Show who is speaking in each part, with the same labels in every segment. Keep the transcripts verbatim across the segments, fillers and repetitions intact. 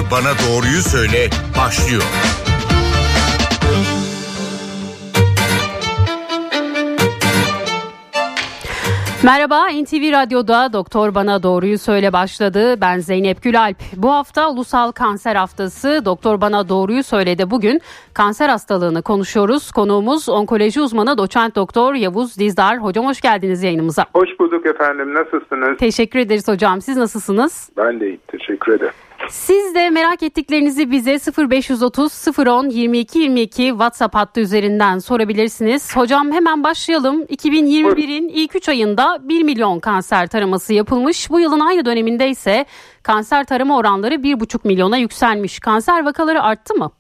Speaker 1: Bana Doğruyu Söyle başlıyor.
Speaker 2: Merhaba, N T V Radyo'da Doktor Bana Doğruyu Söyle başladı. Ben Zeynep Gülalp. Bu hafta Ulusal Kanser Haftası. Doktor Bana Doğruyu Söyle'de bugün kanser hastalığını konuşuyoruz. Konuğumuz onkoloji uzmanı doçent doktor Yavuz Dizdar. Hocam hoş geldiniz yayınımıza.
Speaker 3: Hoş bulduk efendim. Nasılsınız?
Speaker 2: Teşekkür ederiz hocam. Siz nasılsınız?
Speaker 3: Ben de iyi. Teşekkür ederim.
Speaker 2: Siz de merak ettiklerinizi bize sıfır beş otuz sıfır on yirmi iki yirmi iki WhatsApp hattı üzerinden sorabilirsiniz. Hocam hemen başlayalım. iki bin yirmi birin ilk üç ayında bir milyon kanser taraması yapılmış. Bu yılın aynı döneminde ise kanser tarama oranları bir buçuk milyona yükselmiş. Kanser vakaları arttı mı?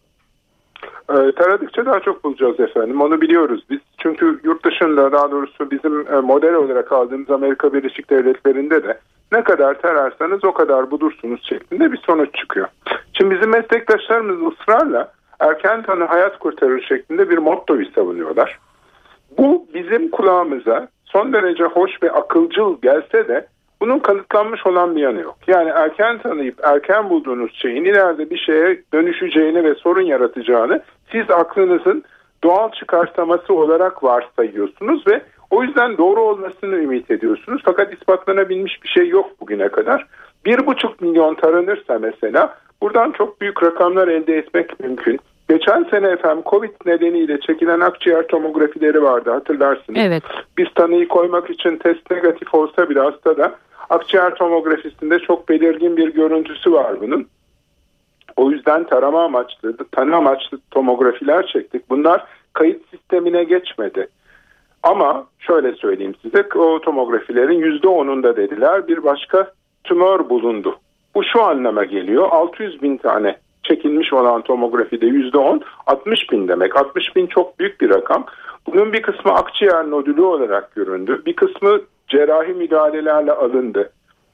Speaker 3: Ee, taradıkça daha çok bulacağız efendim. Onu biliyoruz biz. Çünkü yurt dışında, daha doğrusu bizim e, model olarak aldığımız Amerika Birleşik Devletleri'nde de ne kadar tararsanız o kadar bulursunuz şeklinde bir sonuç çıkıyor. Şimdi bizim meslektaşlarımız ısrarla erken tanı hayat kurtarır şeklinde bir mottoyu savunuyorlar. Bu bizim kulağımıza son derece hoş ve akılcıl gelse de bunun kanıtlanmış olan bir yanı yok. Yani erken tanıyıp erken bulduğunuz şeyin ileride bir şeye dönüşeceğini ve sorun yaratacağını siz aklınızın doğal çıkartaması olarak varsayıyorsunuz ve o yüzden doğru olmasını ümit ediyorsunuz. Fakat ispatlanabilmiş bir şey yok bugüne kadar. Bir buçuk milyon taranırsa mesela buradan çok büyük rakamlar elde etmek mümkün. Geçen sene efendim Covid nedeniyle çekilen akciğer tomografileri vardı, hatırlarsınız.
Speaker 2: Evet.
Speaker 3: Biz tanıyı koymak için test negatif olsa bile hastada akciğer tomografisinde çok belirgin bir görüntüsü var bunun. O yüzden tarama amaçlı, tanı amaçlı tomografiler çektik. Bunlar kayıt sistemine geçmedi. Ama şöyle söyleyeyim size, o tomografilerin yüzde onunda dediler bir başka tümör bulundu. Bu şu anlama geliyor: altı yüz bin tane çekilmiş olan tomografide yüzde on, altmış bin demek. altmış bin çok büyük bir rakam. Bunun bir kısmı akciğer nodülü olarak göründü. Bir kısmı cerrahi müdahalelerle alındı.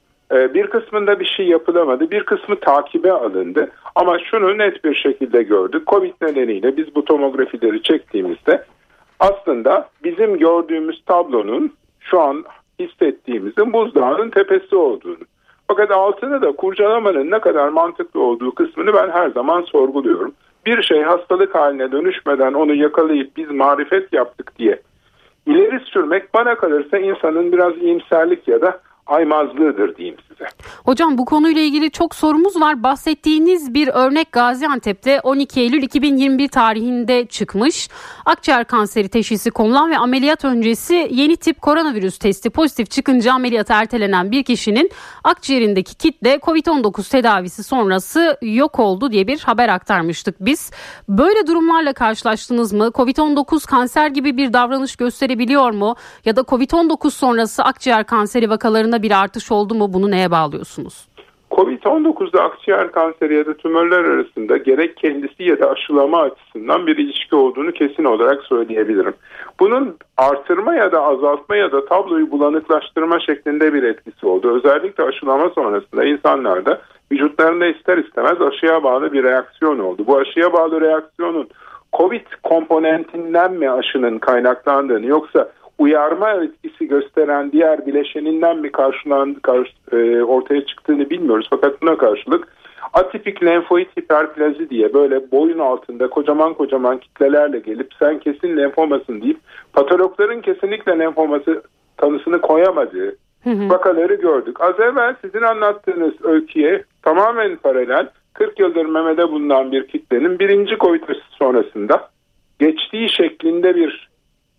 Speaker 3: Bir kısmında bir şey yapılamadı. Bir kısmı takibe alındı. Ama şunu net bir şekilde gördük. Covid nedeniyle biz bu tomografileri çektiğimizde aslında bizim gördüğümüz tablonun şu an hissettiğimizin buzdağının tepesi olduğunu. Fakat altını da kurcalamanın ne kadar mantıklı olduğu kısmını ben her zaman sorguluyorum. Bir şey hastalık haline dönüşmeden onu yakalayıp biz marifet yaptık diye ileri sürmek bana kalırsa insanın biraz iyimserlik ya da aymazlığıdır diyeyim size.
Speaker 2: Hocam bu konuyla ilgili çok sorumuz var. Bahsettiğiniz bir örnek Gaziantep'te on iki Eylül iki bin yirmi bir tarihinde çıkmış. Akciğer kanseri teşhisi konulan ve ameliyat öncesi yeni tip koronavirüs testi pozitif çıkınca ameliyatı ertelenen bir kişinin akciğerindeki kitle kovid on dokuz tedavisi sonrası yok oldu diye bir haber aktarmıştık biz. Böyle durumlarla karşılaştınız mı? kovid on dokuz kanser gibi bir davranış gösterebiliyor mu? Ya da kovid on dokuz sonrası akciğer kanseri vakalarında bir artış oldu mu? Bunu neye bağlıyorsunuz?
Speaker 3: kovid on dokuzda akciğer kanseri ya da tümörler arasında gerek kendisi ya da aşılama açısından bir ilişki olduğunu kesin olarak söyleyebilirim. Bunun artırma ya da azaltma ya da tabloyu bulanıklaştırma şeklinde bir etkisi oldu. Özellikle aşılama sonrasında insanlarda vücutlarında ister istemez aşıya bağlı bir reaksiyon oldu. Bu aşıya bağlı reaksiyonun Covid komponentinden mi aşının kaynaklandığını yoksa uyarma etkisi gösteren diğer bileşeninden mi karşılandı, karşı, e, ortaya çıktığını bilmiyoruz. Fakat buna karşılık atipik lenfoid hiperplazi diye böyle boyun altında kocaman kocaman kitlelerle gelip sen kesin lenfomasın deyip patologların kesinlikle lenfoması tanısını koyamadığı hı hı. vakaları gördük. Az evvel sizin anlattığınız öyküye tamamen paralel kırk yıldır memede bulunan bir kitlenin birinci Covid sonrasında geçtiği şeklinde bir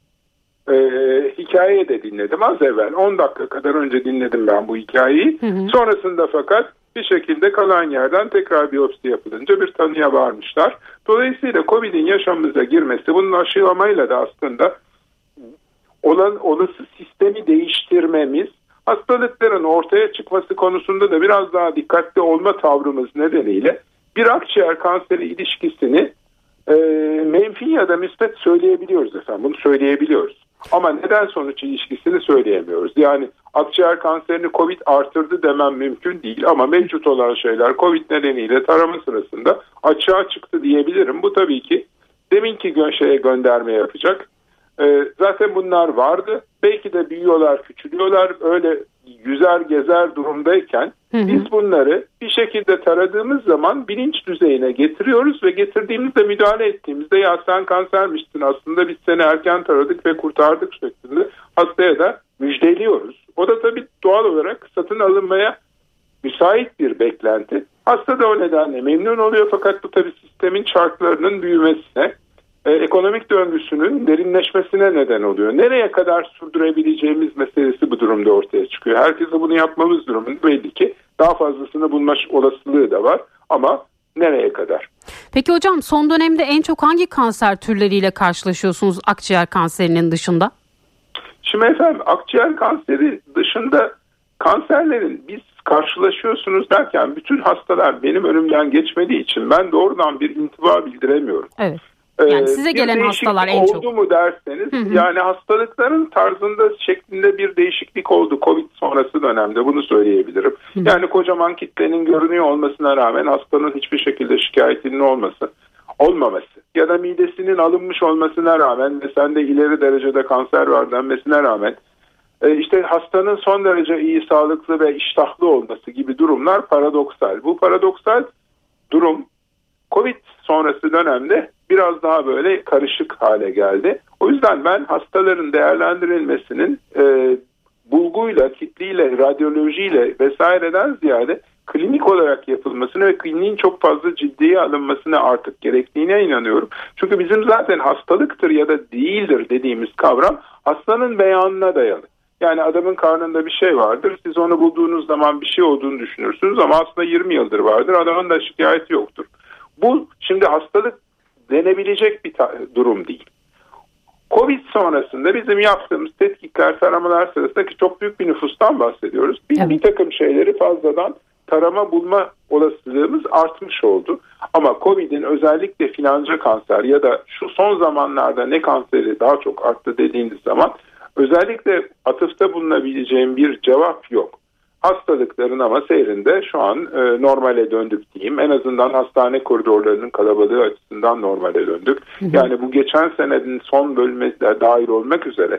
Speaker 3: Ee, hikaye de dinledim az evvel. on dakika kadar önce dinledim ben bu hikayeyi. Hı hı. Sonrasında fakat bir şekilde kalan yerden tekrar biyopsi yapılınca bir tanıya varmışlar. Dolayısıyla Covid'in yaşamımıza girmesi, bunun aşılamayla da aslında olan olası sistemi değiştirmemiz, hastalıkların ortaya çıkması konusunda da biraz daha dikkatli olma tavrımız nedeniyle bir akciğer kanseri ilişkisini e, menfi ya da müspet söyleyebiliyoruz efendim. Bunu söyleyebiliyoruz. Ama neden sonuç ilişkisini söyleyemiyoruz. Yani akciğer kanserini Covid artırdı demem mümkün değil ama mevcut olan şeyler Covid nedeniyle tarama sırasında açığa çıktı diyebilirim. Bu tabii ki deminki şeye gönderme yapacak. Ee, zaten bunlar vardı. Belki de büyüyorlar, küçülüyorlar. Öyle yüzer gezer durumdayken hı hı. biz bunları bir şekilde taradığımız zaman bilinç düzeyine getiriyoruz ve getirdiğimizde müdahale ettiğimizde ya sen kansermiştin aslında biz seni erken taradık ve kurtardık şeklinde hastaya da müjdeliyoruz. O da tabii doğal olarak satın alınmaya müsait bir beklenti. Hasta da o nedenle memnun oluyor fakat bu tabii sistemin çarklarının büyümesine, e, ekonomik döngüsünün derinleşmesine neden oluyor. Nereye kadar sürdürebileceğimiz meselesi bu durumda ortaya çıkıyor. Herkese bunu yapmamız durumunda belli ki daha fazlasını bulma olasılığı da var ama nereye kadar?
Speaker 2: Peki hocam son dönemde en çok hangi kanser türleriyle karşılaşıyorsunuz akciğer kanserinin dışında?
Speaker 3: Şimdi efendim akciğer kanseri dışında kanserlerin biz karşılaşıyorsunuz derken bütün hastalar benim önümden geçmediği için ben doğrudan bir intiba bildiremiyorum.
Speaker 2: Evet. Yani size gelen hastalar en çok.
Speaker 3: Oldu mu derseniz
Speaker 2: hı hı.
Speaker 3: yani hastalıkların tarzında şeklinde bir değişiklik oldu. Covid sonrası dönemde bunu söyleyebilirim. Hı hı. Yani kocaman kitlenin görünüyor olmasına rağmen hastanın hiçbir şekilde şikayetinin olması, olmaması ya da midesinin alınmış olmasına rağmen ve sende ileri derecede kanser var denmesine rağmen İşte hastanın son derece iyi, sağlıklı ve iştahlı olması gibi durumlar paradoksal. Bu paradoksal durum Covid sonrası dönemde biraz daha böyle karışık hale geldi. O yüzden ben hastaların değerlendirilmesinin e, bulguyla, kitliyle, radyolojiyle vesaireden ziyade klinik olarak yapılmasını ve kliniğin çok fazla ciddiye alınmasına artık gerektiğine inanıyorum. Çünkü bizim zaten hastalıktır ya da değildir dediğimiz kavram hastanın beyanına dayalı. Yani adamın karnında bir şey vardır. Siz onu bulduğunuz zaman bir şey olduğunu düşünürsünüz ama aslında yirmi yıldır vardır. Adamın da şikayeti yoktur. Bu şimdi hastalık denebilecek bir ta- durum değil. Covid sonrasında bizim yaptığımız tetkikler, taramalar sırasındaki çok büyük bir nüfustan bahsediyoruz. Biz evet. bir takım şeyleri fazladan tarama bulma olasılığımız artmış oldu. Ama Covid'in özellikle filanca kanser ya da şu son zamanlarda ne kanseri daha çok arttı dediğiniz zaman özellikle atıfta bulunabileceğim bir cevap yok. Hastalıkların ama seyrinde şu an e, normale döndük diyeyim. En azından hastane koridorlarının kalabalığı açısından normale döndük. Hı hı. Yani bu geçen senenin son bölümü de dahil olmak üzere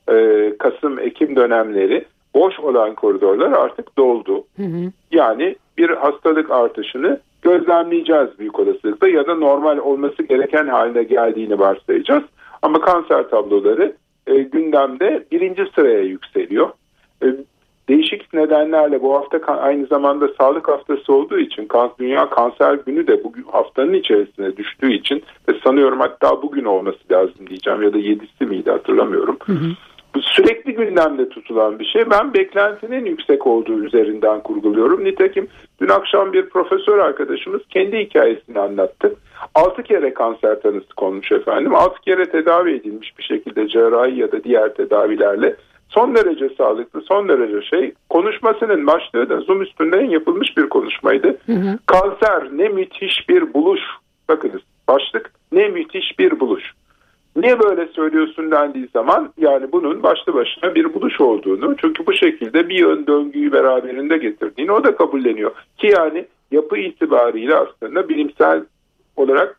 Speaker 3: e, Kasım, Ekim dönemleri boş olan koridorlar artık doldu. Hı hı. Yani bir hastalık artışını gözlemleyeceğiz büyük olasılıkla ya da normal olması gereken haline geldiğini varsayacağız. Ama kanser tabloları e, gündemde birinci sıraya yükseliyor. E, değişik nedenlerle bu hafta aynı zamanda sağlık haftası olduğu için Dünya Kanser Günü de bu haftanın içerisine düştüğü için ve sanıyorum hatta bugün olması lazım diyeceğim ya da yedisi miydi hatırlamıyorum. Hı hı. Bu sürekli gündemde tutulan bir şey. Ben beklentinin yüksek olduğu üzerinden kurguluyorum. Nitekim dün akşam bir profesör arkadaşımız kendi hikayesini anlattı. altı kere kanser tanısı konmuş efendim. altı kere tedavi edilmiş bir şekilde cerrahi ya da diğer tedavilerle. Son derece sağlıklı, son derece şey. Konuşmasının başlığı da Zoom üstünden yapılmış bir konuşmaydı. Hı hı. Kanser ne müthiş bir buluş. Bakınız başlık ne müthiş bir buluş. Niye böyle söylüyorsun dendiği zaman yani bunun başlı başına bir buluş olduğunu çünkü bu şekilde bir yön döngüyü beraberinde getirdiğini o da kabulleniyor. Ki yani yapı itibariyle aslında bilimsel olarak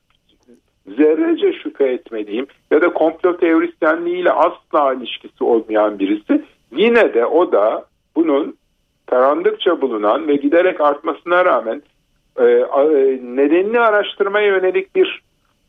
Speaker 3: zerrece şüphe etmediğim ya da komplo teorisyenliğiyle asla ilişkisi olmayan birisi yine de o da bunun tarandıkça bulunan ve giderek artmasına rağmen e, e, nedenini araştırmaya yönelik bir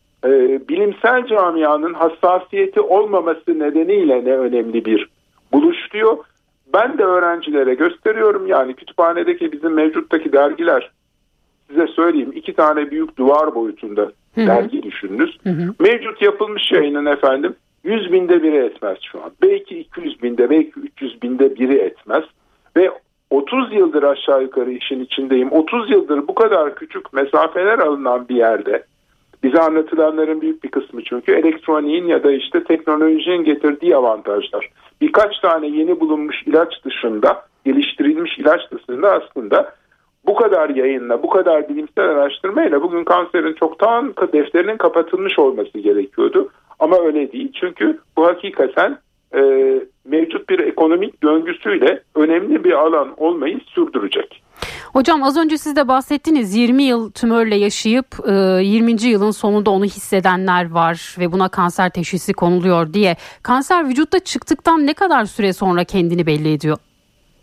Speaker 3: e, bilimsel camianın hassasiyeti olmaması nedeniyle ne önemli bir buluş diyor. Ben de öğrencilere gösteriyorum yani kütüphanedeki bizim mevcuttaki dergiler size söyleyeyim iki tane büyük duvar boyutunda hı hı. dergi düşününüz. Hı hı. Mevcut yapılmış yayının efendim yüz binde biri etmez şu an. Belki iki yüz binde belki üç yüz binde biri etmez. Ve otuz yıldır aşağı yukarı işin içindeyim. otuz yıldır bu kadar küçük mesafeler alınan bir yerde bize anlatılanların büyük bir kısmı çünkü elektroniğin ya da işte teknolojinin getirdiği avantajlar. Birkaç tane yeni bulunmuş ilaç dışında, geliştirilmiş ilaç dışında aslında bu kadar yayınla, bu kadar bilimsel araştırmayla bugün kanserin çoktan defterinin kapatılmış olması gerekiyordu. Ama öyle değil. Çünkü bu hakikaten e, mevcut bir ekonomik döngüsüyle önemli bir alan olmayı sürdürecek.
Speaker 2: Hocam az önce siz de bahsettiniz yirmi yıl tümörle yaşayıp yirminci yılın sonunda onu hissedenler var ve buna kanser teşhisi konuluyor diye. Kanser vücutta çıktıktan ne kadar süre sonra kendini belli ediyor?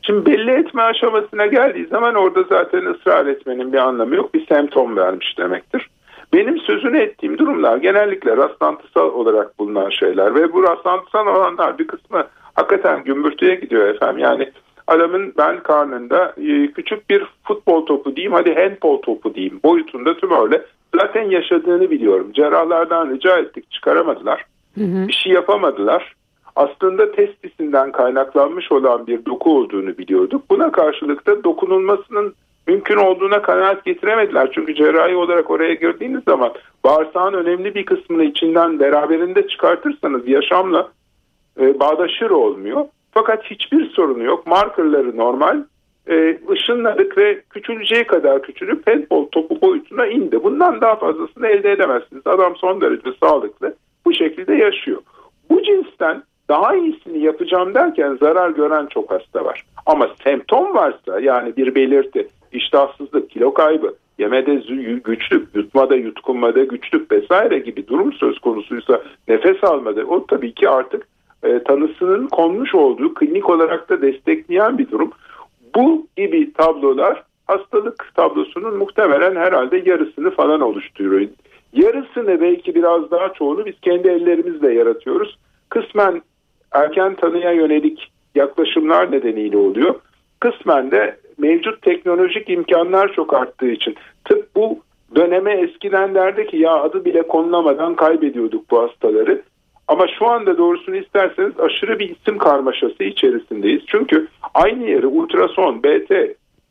Speaker 3: Şimdi belli etme aşamasına geldiği zaman orada zaten ısrar etmenin bir anlamı yok. Bir semptom vermiş demektir. Benim sözünü ettiğim durumlar genellikle rastlantısal olarak bulunan şeyler ve bu rastlantısal olanlar bir kısmı hakikaten gümbürtüye gidiyor efendim. Yani adamın bel karnında küçük bir futbol topu diyeyim, hadi handball topu diyeyim boyutunda tümörle zaten yaşadığını biliyorum. Cerrahlardan rica ettik, çıkaramadılar. Hı hı. Bir şey yapamadılar. Aslında testisinden kaynaklanmış olan bir doku olduğunu biliyorduk. Buna karşılık da dokunulmasının mümkün olduğuna kanaat getiremediler. Çünkü cerrahi olarak oraya girdiğiniz zaman bağırsağın önemli bir kısmını içinden beraberinde çıkartırsanız yaşamla e, bağdaşır olmuyor. Fakat hiçbir sorunu yok. Markerları normal. E, ışınladık ve küçüleceği kadar küçülüp handball topu boyutuna indi. Bundan daha fazlasını elde edemezsiniz. Adam son derece sağlıklı. Bu şekilde yaşıyor. Bu cinsten daha iyisini yapacağım derken zarar gören çok hasta var. Ama semptom varsa, yani bir belirti, iştahsızlık, kilo kaybı, yemede güçlük, yutmada, yutkunmada güçlük vesaire gibi durum söz konusuysa, nefes almada, o tabii ki artık e, tanısının konmuş olduğu, klinik olarak da destekleyen bir durum. Bu gibi tablolar hastalık tablosunun muhtemelen herhalde yarısını falan oluşturuyor. Yarısını, belki biraz daha çoğunu biz kendi ellerimizle yaratıyoruz. Kısmen erken tanıya yönelik yaklaşımlar nedeniyle oluyor. Kısmen de mevcut teknolojik imkanlar çok arttığı için. Tıp bu döneme eskiden derdi ki ya adı bile konulamadan kaybediyorduk bu hastaları. Ama şu anda doğrusunu isterseniz aşırı bir isim karmaşası içerisindeyiz. Çünkü aynı yeri ultrason, B T,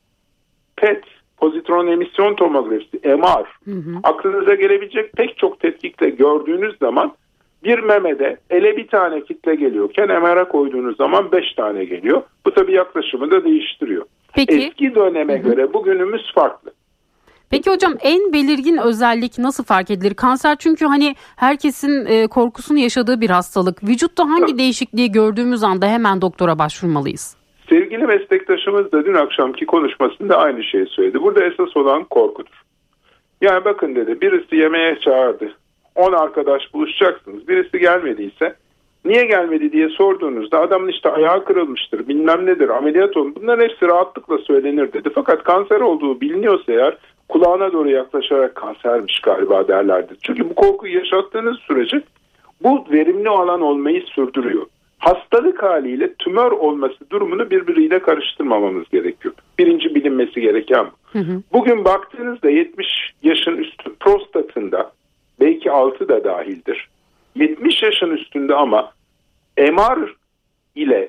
Speaker 3: P E T, pozitron emisyon tomografisi, M R, hı hı. aklınıza gelebilecek pek çok tetkikle gördüğünüz zaman bir memede ele bir tane kitle geliyorken M R'a koyduğunuz zaman beş tane geliyor. Bu tabii yaklaşımı da değiştiriyor. Peki. Eski döneme hı hı. göre bugünümüz farklı.
Speaker 2: Peki hocam, en belirgin özellik nasıl fark edilir? Kanser çünkü hani herkesin e, korkusunu yaşadığı bir hastalık. Vücutta hangi evet. değişikliği gördüğümüz anda hemen doktora başvurmalıyız?
Speaker 3: Sevgili meslektaşımız da dün akşamki konuşmasında aynı şeyi söyledi. Burada esas olan korkudur. Yani bakın dedi, birisi yemeğe çağırdı. on arkadaş buluşacaksınız. Birisi gelmediyse niye gelmedi diye sorduğunuzda adamın işte ayağı kırılmıştır, bilmem nedir, ameliyat olun. Bunların hepsi rahatlıkla söylenir dedi. Fakat kanser olduğu biliniyorsa eğer kulağına doğru yaklaşarak kansermiş galiba derlerdi. Çünkü bu korkuyu yaşattığınız sürece bu verimli alan olmayı sürdürüyor. Hastalık haliyle tümör olması durumunu birbiriyle karıştırmamamız gerekiyor. Birinci bilinmesi gereken bu. Hı hı. Bugün baktığınızda yetmiş yaşın üstü prostatında, belki altı da dahildir, yetmiş yaşın üstünde ama M R ile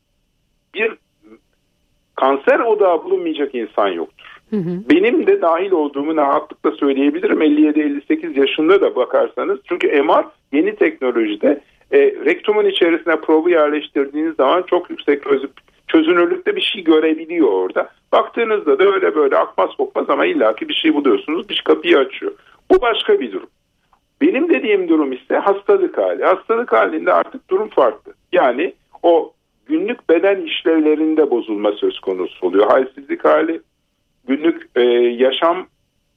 Speaker 3: bir kanser odağı bulunmayacak insan yoktur. Hı hı. Benim de dahil olduğumu rahatlıkla söyleyebilirim. elli yedi elli sekiz yaşında da bakarsanız. Çünkü M R yeni teknolojide e, rektumun içerisine probu yerleştirdiğiniz zaman çok yüksek çözünürlükte bir şey görebiliyor orada. Baktığınızda da öyle böyle akmaz kokmaz ama illaki bir şey buluyorsunuz. Bir kapıyı açıyor. Bu başka bir durum. Benim dediğim durum ise hastalık hali. Hastalık halinde artık durum farklı. Yani o günlük beden işlevlerinde bozulma söz konusu oluyor. Halsizlik hali, günlük e, yaşam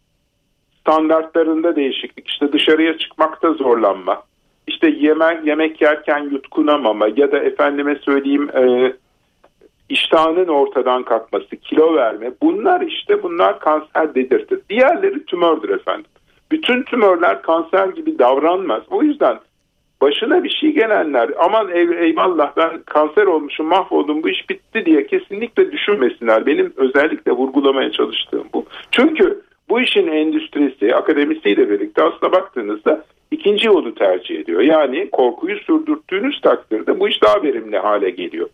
Speaker 3: standartlarında değişiklik, işte dışarıya çıkmakta zorlanma, işte yemek yemek yerken yutkunamama ya da efendime söyleyeyim e, iştahının ortadan kalkması, kilo verme, bunlar işte bunlar kanser dedirtir. Diğerleri tümördür efendim. Bütün tümörler kanser gibi davranmaz. O yüzden başına bir şey gelenler aman eyvallah ben kanser olmuşum, mahvoldum, bu iş bitti diye kesinlikle düşünmesinler. Benim özellikle vurgulamaya çalıştığım bu. Çünkü bu işin endüstrisi, akademisiyle birlikte aslına baktığınızda ikinci yolu tercih ediyor. Yani korkuyu sürdürttüğünüz takdirde bu iş daha verimli hale geliyor.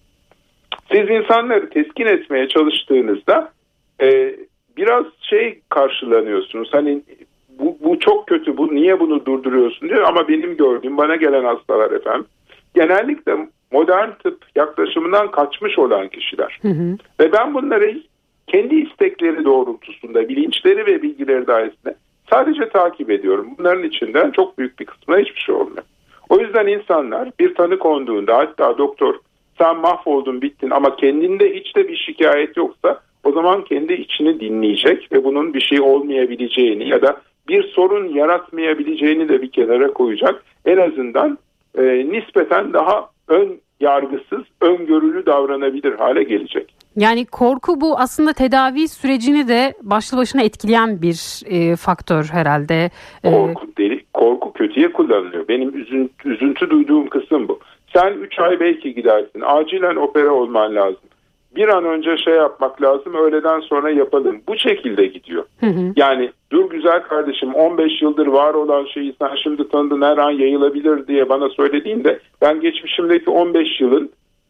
Speaker 3: Siz insanları teskin etmeye çalıştığınızda e, biraz şey karşılanıyorsunuz. Hani bu, bu çok kötü, bu niye bunu durduruyorsun diyor. Ama benim gördüğüm, bana gelen hastalar efendim genellikle modern tıp yaklaşımından kaçmış olan kişiler. Hı hı. Ve ben bunları kendi istekleri doğrultusunda, bilinçleri ve bilgileri dahilinde sadece takip ediyorum. Bunların içinden çok büyük bir kısmına hiçbir şey olmuyor. O yüzden insanlar bir tanı konduğunda, hatta doktor sen mahvoldun, bittin ama kendinde hiç de bir şikayet yoksa o zaman kendi içini dinleyecek ve bunun bir şey olmayabileceğini ya da bir sorun yaratmayabileceğini de bir kenara koyacak. En azından e, nispeten daha ön yargısız, öngörülü davranabilir hale gelecek.
Speaker 2: Yani korku bu aslında tedavi sürecini de başlı başına etkileyen bir e, faktör herhalde.
Speaker 3: Korku, deli, korku kötüye kullanılıyor. Benim üzün, üzüntü duyduğum kısım bu. Sen üç ay belki gidersin. Acilen opera olman lazım. Bir an önce şey yapmak lazım. Öğleden sonra yapalım. Bu şekilde gidiyor. Hı hı. Yani dur güzel kardeşim, on beş yıldır var olan şeyi sen şimdi tanıdın, her an yayılabilir diye bana söylediğinde ben geçmişimdeki on beş yılın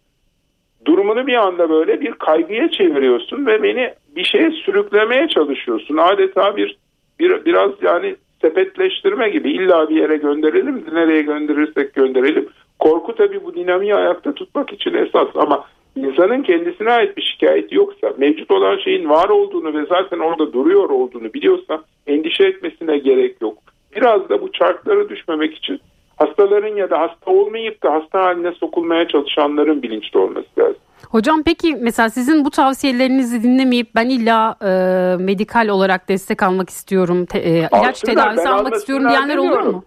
Speaker 3: durumunu bir anda böyle bir kaygıya çeviriyorsun ve beni bir şeye sürüklemeye çalışıyorsun. Adeta bir, bir biraz yani sepetleştirme gibi, illa bir yere gönderelim, nereye gönderirsek gönderelim. Korku tabii bu dinamiği ayakta tutmak için esas, ama insanın kendisine ait bir şikayeti yoksa, mevcut olan şeyin var olduğunu ve zaten orada duruyor olduğunu biliyorsa endişe etmesine gerek yok. Biraz da bu çarklara düşmemek için hastaların ya da hasta olmayıp da hasta haline sokulmaya çalışanların bilinçli olması lazım.
Speaker 2: Hocam peki mesela sizin bu tavsiyelerinizi dinlemeyip ben illa e, medikal olarak destek almak istiyorum, te, e, ilaç tedavisi almak istiyorum diyenler olur mu?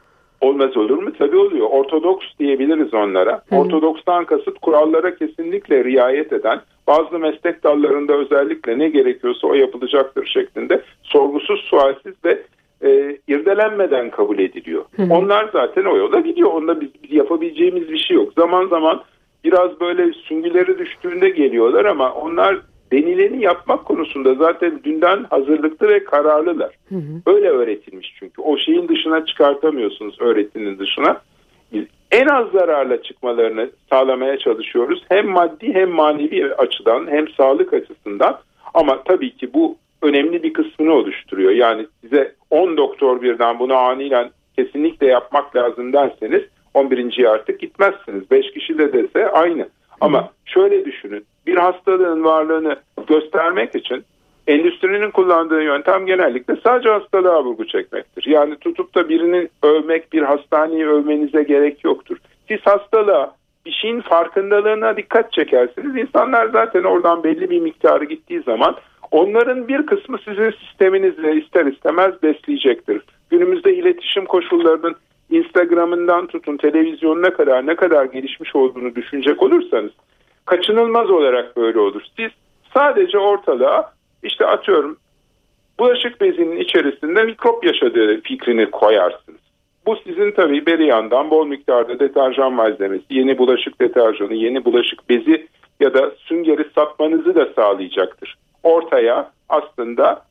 Speaker 3: Olmaz olur mu? Tabii oluyor. Ortodoks diyebiliriz onlara. Hı. Ortodokstan kasıt kurallara kesinlikle riayet eden, bazı meslek dallarında özellikle ne gerekiyorsa o yapılacaktır şeklinde sorgusuz, sualsiz ve e, irdelenmeden kabul ediliyor. Hı. Onlar zaten o yola gidiyor. Onda biz, biz yapabileceğimiz bir şey yok. Zaman zaman biraz böyle süngüleri düştüğünde geliyorlar ama onlar denileni yapmak konusunda zaten dünden hazırlıklı ve kararlılar. Hı hı. Öyle öğretilmiş çünkü. O şeyin dışına çıkartamıyorsunuz, öğretinin dışına. Biz en az zararla çıkmalarını sağlamaya çalışıyoruz. Hem maddi hem manevi açıdan, hem sağlık açısından. Ama tabii ki bu önemli bir kısmını oluşturuyor. Yani size on doktor birden bunu anilen kesinlikle yapmak lazım derseniz on birinciye artık gitmezsiniz. beş kişi de dese aynı. Ama şöyle düşünün. Bir hastalığın varlığını göstermek için endüstrinin kullandığı yöntem genellikle sadece hastalığa vurgu çekmektir. Yani tutup da birini övmek, bir hastaneyi övmenize gerek yoktur. Siz hastalığa, bir şeyin farkındalığına dikkat çekersiniz. İnsanlar zaten oradan belli bir miktarı gittiği zaman onların bir kısmı sizin sisteminizle ister istemez besleyecektir. Günümüzde iletişim koşullarının Instagram'ından tutun televizyonuna kadar ne kadar gelişmiş olduğunu düşünecek olursanız kaçınılmaz olarak böyle olur. Siz sadece ortalığa işte atıyorum bulaşık bezinin içerisinde mikrop yaşadığı fikrini koyarsınız. Bu sizin tabii beri yandan bol miktarda deterjan malzemesi, yeni bulaşık deterjanı, yeni bulaşık bezi ya da süngeri satmanızı da sağlayacaktır. Ortaya aslında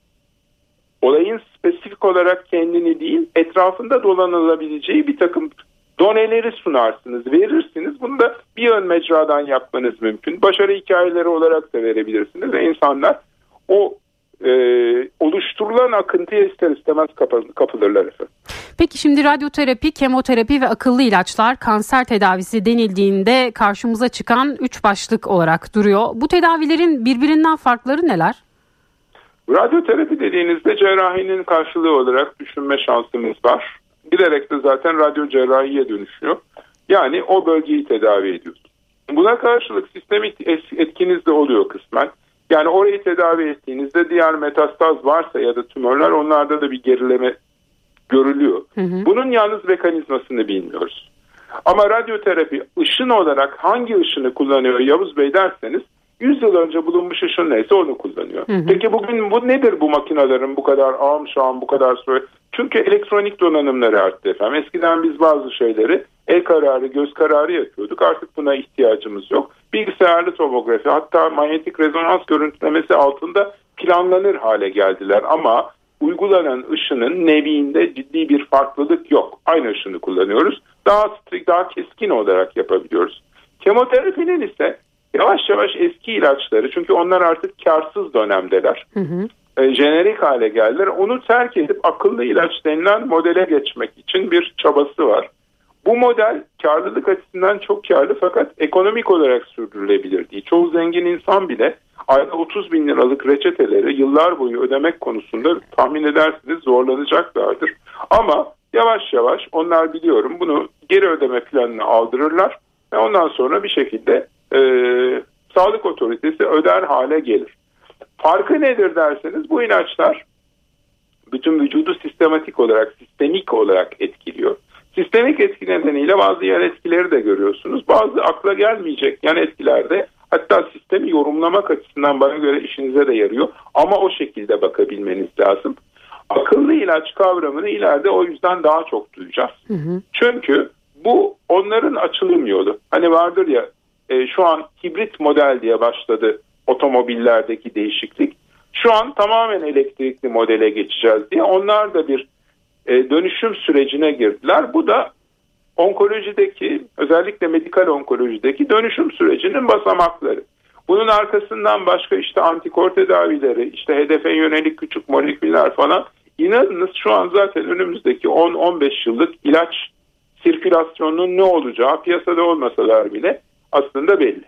Speaker 3: olayın spesifik olarak kendini değil, etrafında dolanılabileceği bir takım doneleri sunarsınız, verirsiniz. Bunu da bir ön mecradan yapmanız mümkün. Başarı hikayeleri olarak da verebilirsiniz ve insanlar o e, oluşturulan akıntıya ister istemez kapılırlar efendim.
Speaker 2: Peki şimdi radyoterapi, kemoterapi ve akıllı ilaçlar kanser tedavisi denildiğinde karşımıza çıkan üç başlık olarak duruyor. Bu tedavilerin birbirinden farkları neler?
Speaker 3: Radyoterapi dediğinizde cerrahinin karşılığı olarak düşünme şansımız var. Giderek de zaten radyo cerrahiye dönüşüyor. Yani o bölgeyi tedavi ediyoruz. Buna karşılık sistemik etkiniz de oluyor kısmen. Yani orayı tedavi ettiğinizde diğer metastaz varsa ya da tümörler, onlarda da bir gerileme görülüyor. Hı hı. Bunun yalnız mekanizmasını bilmiyoruz. Ama radyoterapi ışın olarak hangi ışını kullanıyor Yavuz Bey derseniz, yüz yıl önce bulunmuş ışın neyse onu kullanıyor. Hı hı. Peki bugün bu nedir, bu makinelerin bu kadar ağım şağım, bu kadar süre? Çünkü elektronik donanımları arttı efendim. Eskiden biz bazı şeyleri el kararı, göz kararı yapıyorduk. Artık buna ihtiyacımız yok. Bilgisayarlı tomografi, hatta manyetik rezonans görüntülemesi altında planlanır hale geldiler. Ama uygulanan ışının neviinde ciddi bir farklılık yok. Aynı ışını kullanıyoruz. Daha strict, daha keskin olarak yapabiliyoruz. Kemoterapinin ise yavaş yavaş eski ilaçları, çünkü onlar artık karsız dönemdeler, hı hı. E, jenerik hale geldiler. Onu terk edip akıllı ilaç denilen modele geçmek için bir çabası var. Bu model karlılık açısından çok karlı, fakat ekonomik olarak sürdürülebilir değil. Çoğu zengin insan bile ayda otuz bin liralık reçeteleri yıllar boyu ödemek konusunda tahmin edersiniz zorlanacaklardır. Ama yavaş yavaş onlar, biliyorum, bunu geri ödeme planına aldırırlar ve ondan sonra bir şekilde e, sağlık otoritesi öder hale gelir. Farkı nedir derseniz, bu ilaçlar bütün vücudu sistematik olarak, sistemik olarak etkiliyor. Sistemik etki nedeniyle bazı yan etkileri de görüyorsunuz. Bazı akla gelmeyecek yan etkiler de Hatta sistemi yorumlamak açısından bana göre işinize de yarıyor. Ama o şekilde bakabilmeniz lazım. Akıllı ilaç kavramını ileride o yüzden daha çok duyacağız. Hı hı. Çünkü bu onların açılım yolu. Hani vardır ya e, şu an hibrit model diye başladı otomobillerdeki değişiklik. Şu an tamamen elektrikli modele geçeceğiz diye onlar da bir e, dönüşüm sürecine girdiler. Bu da onkolojideki, özellikle medikal onkolojideki dönüşüm sürecinin basamakları. Bunun arkasından başka işte antikor tedavileri, işte hedefe yönelik küçük moleküller falan. İnanınız şu an zaten önümüzdeki on on beş yıllık ilaç sirkülasyonunun ne olacağı piyasada olmasalar bile aslında belli.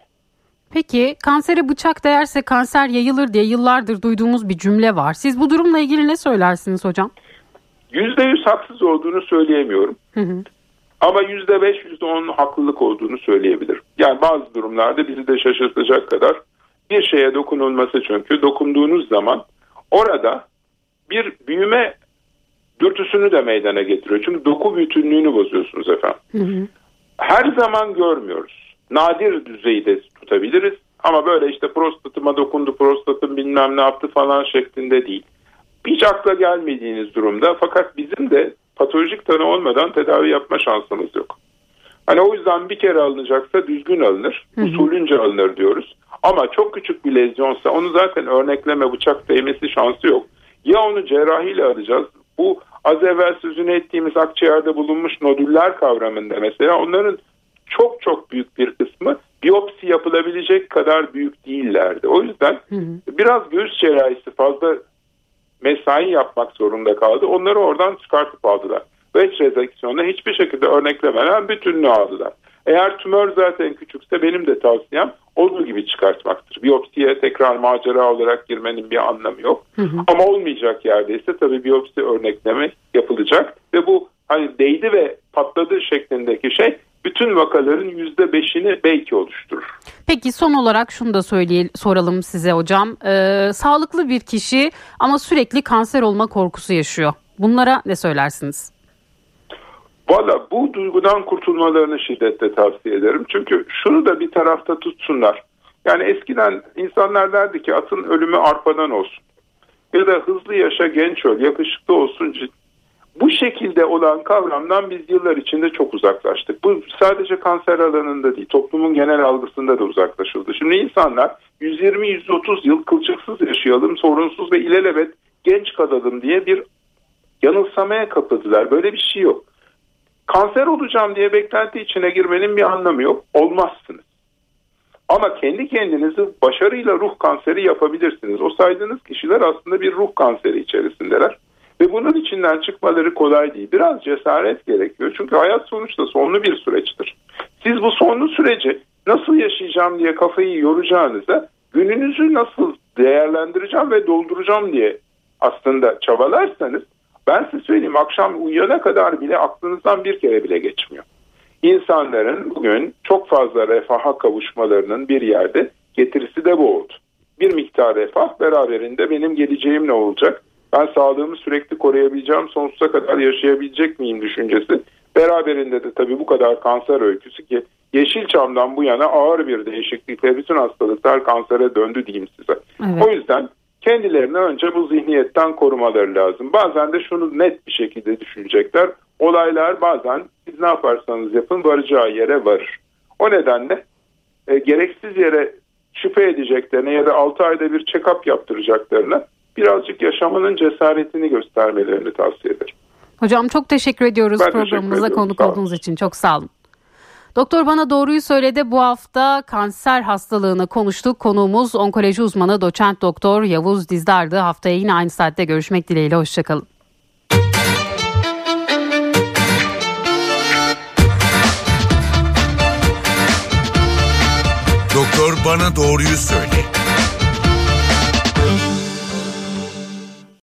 Speaker 2: Peki kansere bıçak değerse kanser yayılır diye yıllardır duyduğumuz bir cümle var. Siz bu durumla ilgili ne söylersiniz hocam?
Speaker 3: yüzde yüz haksız olduğunu söyleyemiyorum. Hı hı. Ama yüzde beş, yüzde on haklılık olduğunu söyleyebilirim. Yani bazı durumlarda bizi de şaşırtacak kadar bir şeye dokunulması, çünkü dokunduğunuz zaman orada bir büyüme dürtüsünü de meydana getiriyor. Çünkü doku bütünlüğünü bozuyorsunuz efendim. Hı hı. Her zaman görmüyoruz. Nadir düzeyde tutabiliriz ama böyle işte prostatıma dokundu, prostatım bilmem ne yaptı falan şeklinde değil. Hiç akla gelmediğiniz durumda, fakat bizim de patolojik tanı olmadan tedavi yapma şansımız yok. Hani o yüzden bir kere alınacaksa düzgün alınır, usulünce alınır diyoruz. Ama çok küçük bir lezyonsa onu zaten örnekleme, bıçak değmesi şansı yok. Ya onu cerrahiyle alacağız. Bu az evvel sözünü ettiğimiz akciğerde bulunmuş nodüller kavramında mesela onların çok çok büyük bir kısmı biyopsi yapılabilecek kadar büyük değillerdi. O yüzden hı hı. biraz göğüs cerrahisi fazla mesai yapmak zorunda kaldı. Onları oradan çıkartıp aldılar. Veç rezeksiyonla hiçbir şekilde örneklemeden bütününü aldılar. Eğer tümör zaten küçükse benim de tavsiyem olduğu gibi çıkartmaktır. Biyopsiye tekrar macera olarak girmenin bir anlamı yok. Hı hı. Ama olmayacak yerdeyse tabii biyopsi örnekleme yapılacak ve bu hani değdi ve patladı şeklindeki şey bütün vakaların yüzde beşini belki oluşturur.
Speaker 2: Peki son olarak şunu da söyleyelim, soralım size hocam. Ee, sağlıklı bir kişi ama sürekli kanser olma korkusu yaşıyor. Bunlara ne söylersiniz?
Speaker 3: Valla bu duygudan kurtulmalarını şiddetle tavsiye ederim. Çünkü şunu da bir tarafta tutsunlar. Yani eskiden insanlar derdi ki atın ölümü arpadan olsun. Ya da hızlı yaşa, genç öl, yakışıklı olsun. Bu şekilde olan kavramdan biz yıllar içinde çok uzaklaştık. Bu sadece kanser alanında değil, toplumun genel algısında da uzaklaşıldı. Şimdi insanlar yüz yirmi yüz otuz yıl kılçıksız yaşayalım, sorunsuz ve ilelebet genç kalalım diye bir yanılsamaya kapıldılar. Böyle bir şey yok. Kanser olacağım diye beklenti içine girmenin bir anlamı yok. Olmazsınız. Ama kendi kendinizi başarıyla ruh kanseri yapabilirsiniz. O saydığınız kişiler aslında bir ruh kanseri içerisindeler. Ve bunun içinden çıkmaları kolay değil. Biraz cesaret gerekiyor. Çünkü hayat sonuçta sonlu bir süreçtir. Siz bu sonlu süreci nasıl yaşayacağım diye kafayı yoracağınıza gününüzü nasıl değerlendireceğim ve dolduracağım diye aslında çabalarsanız, ben size söyleyeyim, akşam uyuyana kadar bile aklınızdan bir kere bile geçmiyor. İnsanların bugün çok fazla refaha kavuşmalarının bir yerde getirisi de bu oldu. Bir miktar refah beraberinde benim geleceğim ne olacak? Ben sağlığımı sürekli koruyabileceğim, sonsuza kadar yaşayabilecek miyim düşüncesi. Beraberinde de tabii bu kadar kanser öyküsü ki Yeşilçam'dan bu yana ağır bir değişiklikle bütün hastalıklar kansere döndü diyeyim size. Evet. O yüzden kendilerini önce bu zihniyetten korumaları lazım. Bazen de şunu net bir şekilde düşünecekler. Olaylar bazen siz ne yaparsanız yapın varacağı yere varır. O nedenle e, gereksiz yere şüphe edeceklerine ya da altı ayda bir check-up yaptıracaklarına birazcık yaşamanın cesaretini göstermelerini tavsiye ederim.
Speaker 2: Hocam çok teşekkür ediyoruz ben programımıza teşekkür konuk olduğunuz için. Çok sağ olun. Doktor Bana Doğruyu Söyledi bu hafta kanser hastalığını konuştuk. Konuğumuz onkoloji uzmanı doçent doktor Yavuz Dizdar'dı. Haftaya yine aynı saatte görüşmek dileğiyle. Hoşçakalın.
Speaker 1: Doktor Bana Doğruyu Söyle.